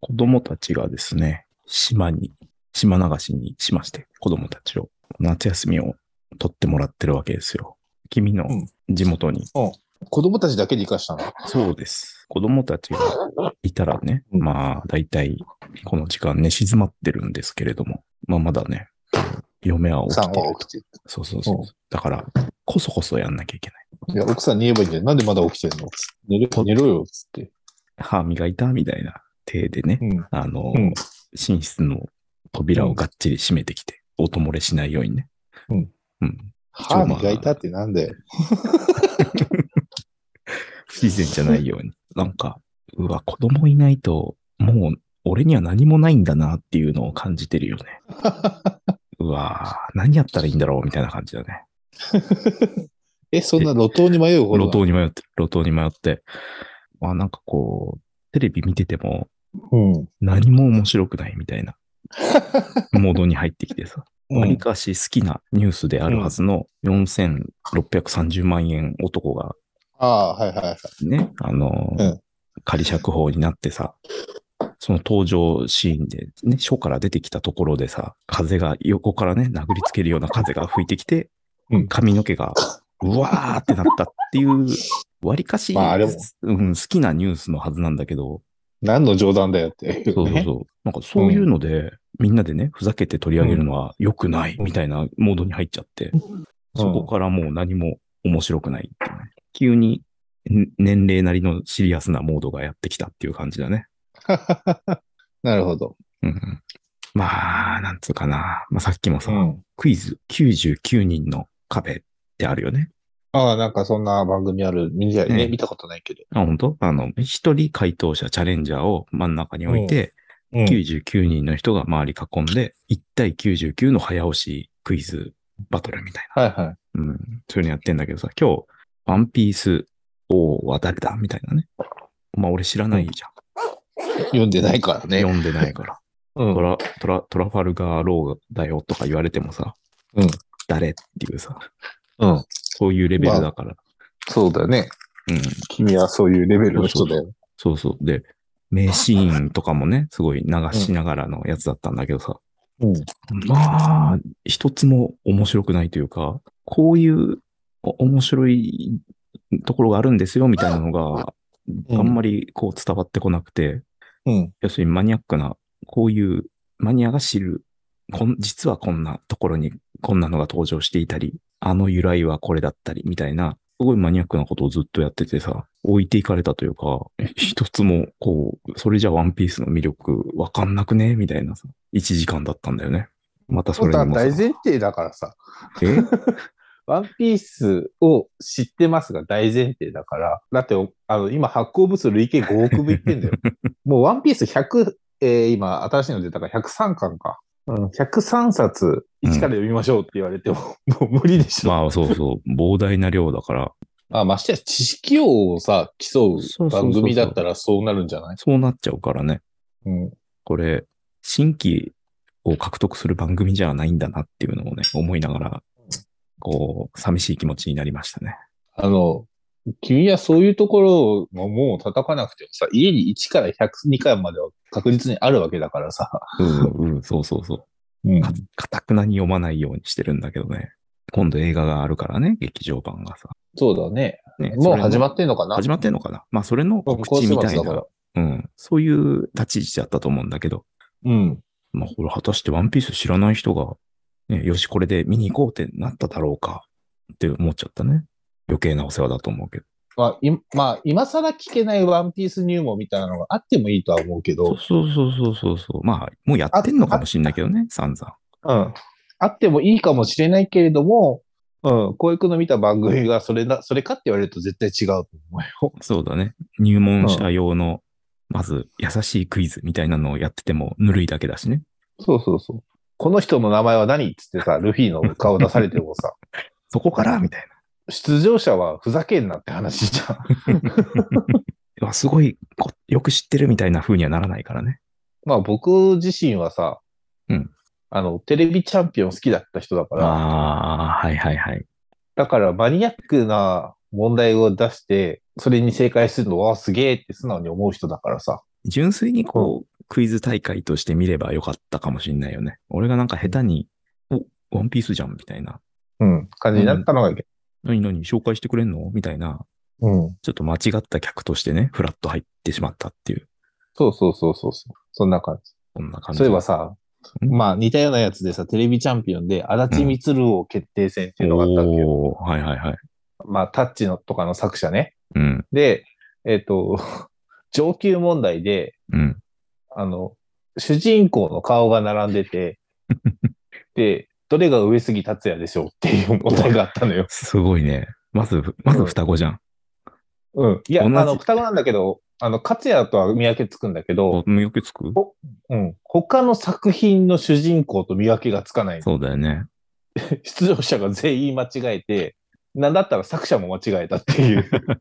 子供たちがですね、島流しにしまして、子供たちを夏休みを取ってもらってるわけですよ。君のうん。 地元に。 うん。子供たちだけで生かしたの？ そうです。子供たちがいたらね、 うん。 まあ、だいたいこの時間ね、静まってるんですけれども、まあ、まだね、嫁は奥さん起きてると。 は起きてる。 そうそうそう。だから、こそこそやんなきゃいけない。 いや、奥さんに言えばいいんじゃない？なんでまだ起きてんの？寝ろよ、つって。 歯磨いたみたいな手でね、 うん。うん。 寝室の扉をうん。 がっちり閉めてきて、音漏れしないようにね。 うん。 うん。一応歯まあ、 磨いたってなんだよ。 不自然じゃないように。なんか、うわ、子供いないと、もう、俺には何もないんだなっていうのを感じてるよね。うわ、何やったらいいんだろうみたいな感じだね。 え、そんで、 な路頭に迷うほどなの？ 路頭に迷って、まあなんかこう、テレビ見ててもうん。 何も面白くないみたいなモードに入ってきてさ。わりうん。 かし好きなニュースであうん。 るはずの4630万円男がああ、はいはいはい。 ね、 うん。 仮釈放になってさ、その登場シーンでね、書から出てきたところでさ、風が横からね、殴りつけるような風が吹いてきて、 うん。 髪の毛がうわーってなったっていう、わりかまあ、あし、 れも、 うん、好きなニュースのはずなんだけど、 何の冗談だよっていうね。 そうそうそう。なんかそういううん。 ので、みんなでね、ふざけて取りうん。 上げるのは良くないうん。 みたいなモードに入っちゃって、そこうん。 からもう何も面白くないっていうね。急に年齢なりのシリアスなモードがやってきたっていう感じだね。 なるほど。 うん。まあ、なんつうかな。まあさっきもさ、 うん。 クイズ99人の壁ってあるよね。 ああ、なんかそんな番組ある。 ね。 見たことないけど。 あ、本当一人回答者、チャレンジャーを真ん中にうん。 置いて、 うん。 99人の人が周り囲んで、1対99の早押しクイズバトルみたいはいはい。 な。うん。そういうのやってんだけどさ、今日、ワンピース王は誰だみたいなね。まあ俺知らうん。 ないじゃん。 読んでないからね。 読んでないから。 うん。 トラファルガーローだよとか言われてもさ、 うん。 誰っていうさ、 うん。 そういうレベまあ、 ルだから。 そうだよね。 うん。 君はそういうレベルそうそうそう。 の人だよ。 そうそう。で、名シーンとかもね、すごい流うん。 しながらのやつだったんだけどさ、 うん。 まあ、一つも面白くないというか、こういう面白いところがあるんですよ、みたいなのがあんうん。 まりこう伝わってこなくて、 うん。 要するにマニアックな、こういうマニアが知る、実はこんなところにこんなのが登場していたり、あの由来はこれだったり、みたいな、すごいマニアックなことをずっとやっててさ、置いていかれたというか、一つも、こう、それじゃワンピースの魅力わかんなくねみたいなさ、1時間だったんだよね。またそことはれにもさ、 大前提だからさ。 えワンピースを知ってますが大前提だから。だって、今発行部数累計5億部いってんだよ。もうワンピース100、今新しいの出たから103巻か。うん、103冊うん。 一から読みましょうって言われても、もう無理でしょ。 まあそうそう、膨大な量だから、 ましてや知識王をさ、競うそうそう番そうそう、 組だったらそうなるんじゃない？ そうなっちゃうからね。 うん。 これ、新規を獲得する番組じゃないんだなっていうのをね、思いながら、こう、寂しい気持ちになりましたね。 あの、君はそういうところももう叩かなくてもさ、家に1から102巻までは確実にあるわけだからさ。 そうそうそう。 うん。 かたくなに読まないようにしてるんだけどね。今度映画があるからね、劇場版がさ。 そうだね。 ね、それの、 もう始まってんのかな？ 始まってんのかな。まあ、それのうん、 告知今週みたいな、 末だから。 うん、そういう立ち位置だったと思うんだけど、 うん。 まあ、これ果たしてワンピース知らない人が、ね、よし、これで見に行こうってなっただろうかって思っちゃったね。余計なお世話だと思うけど。 今更聞けないワンピース入門みたいなのがあってもいいとは思うけど、 そうそうそうそうそうそう。まあ、もうやってあ、 んのかもあ、 しんないけどね、散々。 うん。あってもいいかもしれないけれども、うん、こういうの見た番組がそれかって言われると絶対違うと思うよ。 そうだね。入門者うん。 用の、まず、優しいクイズみたいなのをやっててもぬるいだけだしね。 そうそうそう。この人の名前は何っつってさ、ルフィの顔出されてもさ、 そこからみたい出場者はふざけんなって話じゃん。 な。すごいよく知ってるみたいな風にはならないからね。 まあ僕自身はさ、 うん。 テレビチャンピオン好きだった人だから、 ああ、はいはいはい。 だからマニアックな問題を出して、それに正解するのはすげえって素直に思う人だからさ。 純粋にうん。 こう、 クイズ大会として見ればよかったかもしんないよね。俺がなんか下手に、ワンピースじゃんみたいな。 うん。感じになったのがいけ何紹介してくれんのみたいな。 うん。 ちょっと間違った客としてね、フラッと入ってしまったっていう。 そうそうそうそうそう。そんな感じ。 そんな感じ。 そういえばさ、まあ似たようなやつでさ、テレビチャンピオンで足立光王決定戦っていうのがあったわけよ。 はいはいはい。 まあタッチのとかの作者ね。 うん。 で、上級問題で、 うん。 主人公の顔が並んでて、で、どれが上杉達也でしょうっていう問題があったのよ。 すごいね。まず双子じゃん。 うん。いや、 同じ。 双子なんだけど、勝也とは見分けつくんだけど、 見分けつく？ うん。他の作品の主人公と見分けがつかない。 そうだよね。 出場者が全員間違えて、なんだったら作者も間違えたっていう。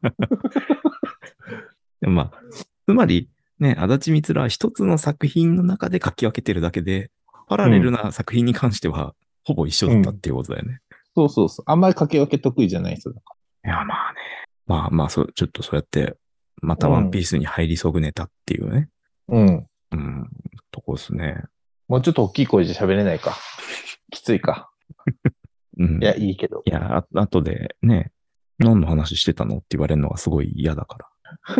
でもまあ、つまり、ね、足立光は一つの作品の中で書き分けてるだけで、パラレルな作品に関しては、ほぼ一緒だったっていうことだよね。 そうそうそう。あんまり書き分け得意じゃない人だかいや、まあね。まあまあ、ちょっとそうやって、またら。 ワンピースに入り損ねたっていうね。 うん。うん。 うん、とこですね。 もうちょっと大きい声で喋れないか。きついか。 うん。 いや、いいけど。 いや、後でね、何の話してたのって言われるのがすごい嫌だから。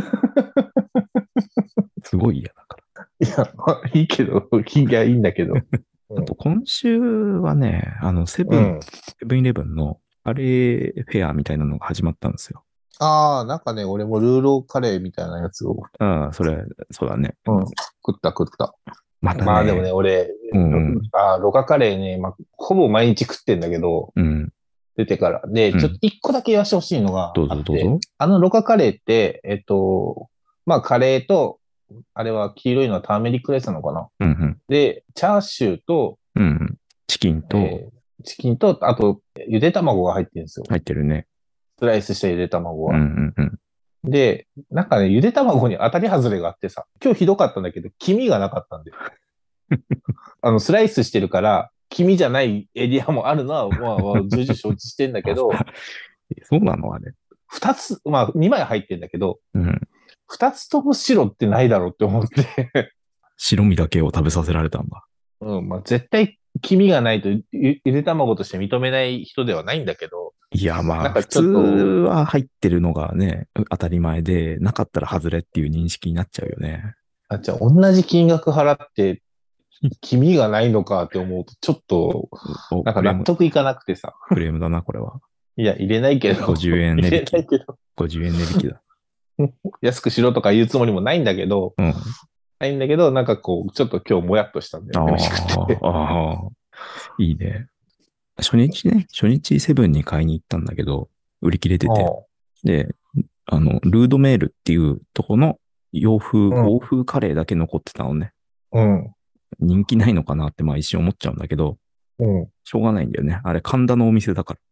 すごい嫌だから。 いや、まあ、いいけど、いや、いいんだけど。 あと今週はね、セブンイレブンのカレーフェアみたいなのが始まったんですよ。 ああ、なんかね、俺もルーローカレーみたいなやつを。 ああ、そうだね。 うん。食った食った。 またね、 まあでもね、俺、ロカカレーね、まあ、ほぼ毎日食ってんだけど、 うん。 出てから。で、ちょっと一個だけ言わせてほしいのがどうあって、 ぞどうぞ。 ロカカレーって、まあカレーと、あれは黄色いのはターメリックライスなのかな。 うんうん。 で、チャーシューと、 うんうん。チキンと、 チキンと、あと、ゆで卵が入ってるんですよ。 入ってるね。 スライスしたゆで卵うんうは。 んうん。 で、なんかね、ゆで卵に当たり外れがあってさ、今日ひどかったんだけど、黄身がなかったんで。スライスしてるから、黄身じゃないエリアもあるのは、まあ、重々承知してんだけど、 そうなのあれ。 二つ、まあ、二枚入ってんだけど、 うん。 二つとも白ってないだろうって思って白身だけを食べさせられたんだ。 うん、まあ、絶対黄身がないとゆで卵として認めない人ではないんだけど、 いや、まあ、 なんか普通ちょっと、 は入ってるのがね、当たり前で、なかったら外れっていう認識になっちゃうよね。 じゃあ同じ金額払って黄身がないのかって思うと、ちょっと、なんか納得いかなくてさ。 クレームだな、これは。 いや、入れないけど。 50円値引き。 入れないけど。 50円値引きだ。 安くしろとか言うつもりもないんだけど、 うん。 ないんだけど、なんかこう、ちょっと今日もやっとしたんだよね、美味しくて。 ああ、いいね。初日セブンに買いに行ったんだけど、売り切れてて。で、ルードメールっていうとこの欧風カレーだけ残ってたのね。 うん。 人気ないのかなってまあ一瞬思っちゃうんだけど、 うん。 しょうがないんだよね。あれ神田のお店だから。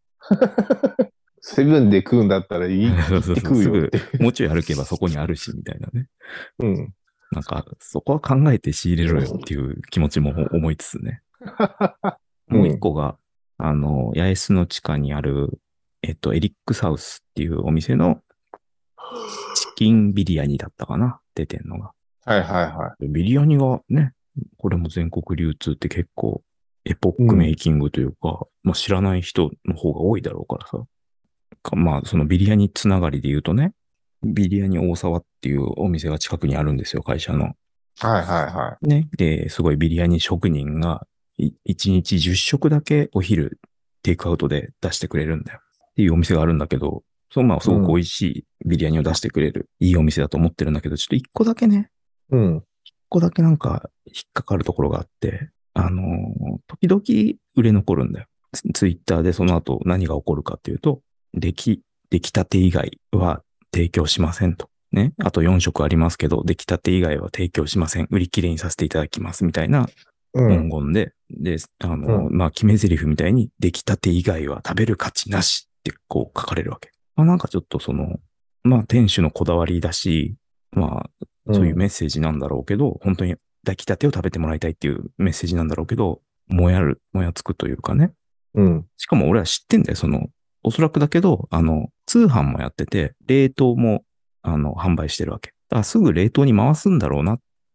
セブンで食うんだったらいい、 そうそうそう。 食うすぐよって。、 もうちょい歩けばそこにあるし、みたいなね。 うん。 なんか、そこは考えて仕入れろよっていう気持ちも思いつつね。もう一個が、八重洲の地下にある、エリックサウスっていうお店のチキンビリヤニだったかな出てんのが。 はいはいはビリヤニがね、これも全国流通って結構エポックメイキングというか、まあ知らない人の方が多いだろうからさ。まあそのビリヤニつながりで言うとね、ビリヤニ大沢っていうお店が近くにあるんですよ、会社の。 い。はいはいはね。で、すごいビリヤニ職人が1日10食だけお昼テイクアウトで出してくれるんだよ。っていうお店があるんだけど、まあすごく美味しいビリヤニを出してくれる、いいお店だと思ってるんだけど、ちょっと一個だけね、 うん。 一個だけなんか引っかかるところがあって、時々売れ残るんだよ。ツイッターでその後何が起こるかっていうと、出来たて以外は提供しませんと。ね。あと4食ありますけど、出来たて以外は提供しません。売り切れにさせていただきます。みたいな文言で、まあ、決め台詞みたいに、出来たて以外は食べる価値なしってこう書かれるわけ。まあ、なんかちょっとまあ、店主のこだわりだし、まあ、そういうメッセージなんだろうけど、本当に出来たてを食べてもらいたいっていうメッセージなんだろうけど、もやつくというかね。 うん。 しかも俺は知ってんだよ、おそらくだけど、通販もやってて、冷凍も、販売してるわけ。だからすぐ冷凍に回すんだろうなっ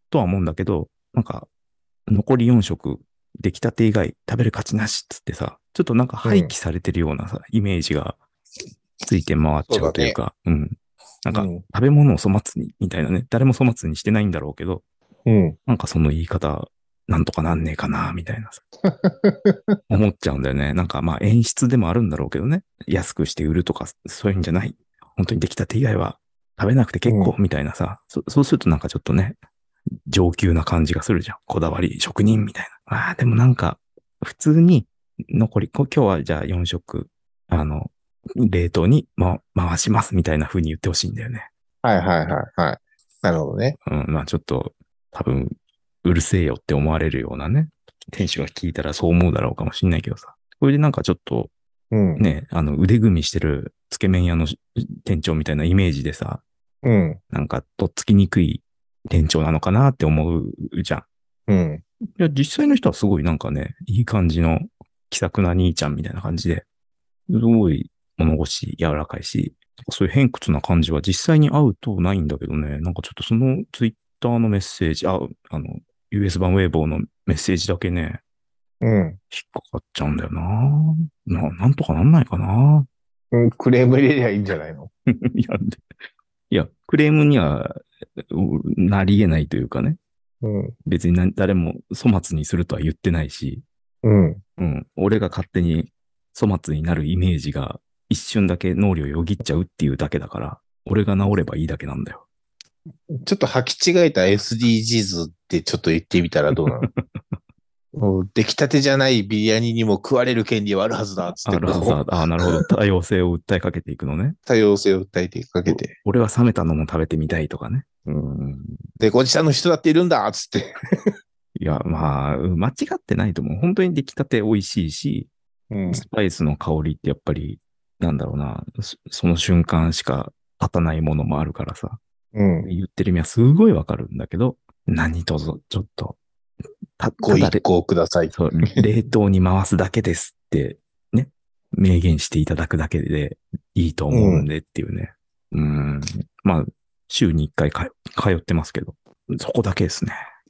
とは思うんだけど、なんか、残り4食、出来たて以外食べる価値なしっつってさ、ちょっとなんか廃棄されてるようなさ、イメージがついて回っちゃうというか、うん。なんか、食べ物を粗末に、みたいなね、誰も粗末にしてないんだろうけど、 うん。 なんかその言い方、なんとかなんねえかな、みたいなさ、思っちゃうんだよね。なんかまあ演出でもあるんだろうけどね。安くして売るとか、そういうんじゃない。本当に出来たて以外は食べなくて結構、みたいなさ、そうするとなんかちょっとね、上級な感じがするじゃん。こだわり、職人みたいな。ああ、でもなんか、普通に残り、今日はじゃあ4食、冷凍に、回しますみたいな風に言ってほしいんだよね。 はいはいはいはい。なるほどね。 うん、まあちょっと、多分、うるせえよって思われるようなね。店主が聞いたらそう思うだろうかもしんないけどさ。これでなんかちょっと、 うん。 ね、腕組みしてるつけ麺屋の店長みたいなイメージでさ、 うん。 なんかとっつきにくい店長なのかなって思うじゃん。 うん。 いや、実際の人はすごいなんかね、いい感じの気さくな兄ちゃんみたいな感じで、すごい物腰柔らかいし、そういう偏屈な感じは実際に会うとないんだけどね、なんかちょっとそのツイッターのメッセージ、US 版ウェイボーのメッセージだけね、 うん。 引っかかっちゃうんだよなんとかなんないかな。 うん。クレーム入れりゃいいんじゃないの？ いや、クレームにはなり得ないというかね。 うん。 別に誰も粗末にするとは言ってないし、 うん。 うん。俺が勝手に粗末になるイメージが一瞬だけ脳裏をよぎっちゃうっていうだけだから、俺が治ればいいだけなんだよ。 ちょっと履き違えた SDGs ってちょっと言ってみたらどうなの？もう出来たてじゃないビリヤニにも食われる権利はあるはずだっつってこう、 なるほど。多様性を訴えかけていくのね。 多様性を訴えてかけて。 俺は冷めたのも食べてみたいとかね。うん。 で、こちらの人だっているんだっつって。 いや、まあ、間違ってないと思う。本当に出来たて美味しいし、 うん。 スパイスの香りってやっぱり、なんだろうな、その瞬間しか立たないものもあるからさ。 うん。 言ってる意味はすごいわかるんだけど、何卒ちょっと、 ご一ただ行ください。 そう、冷凍に回すだけですって、ね、明言していただくだけでいいとうん。 思うんでっていうね。まあ、週に1回通ってますけど、そこだけですね。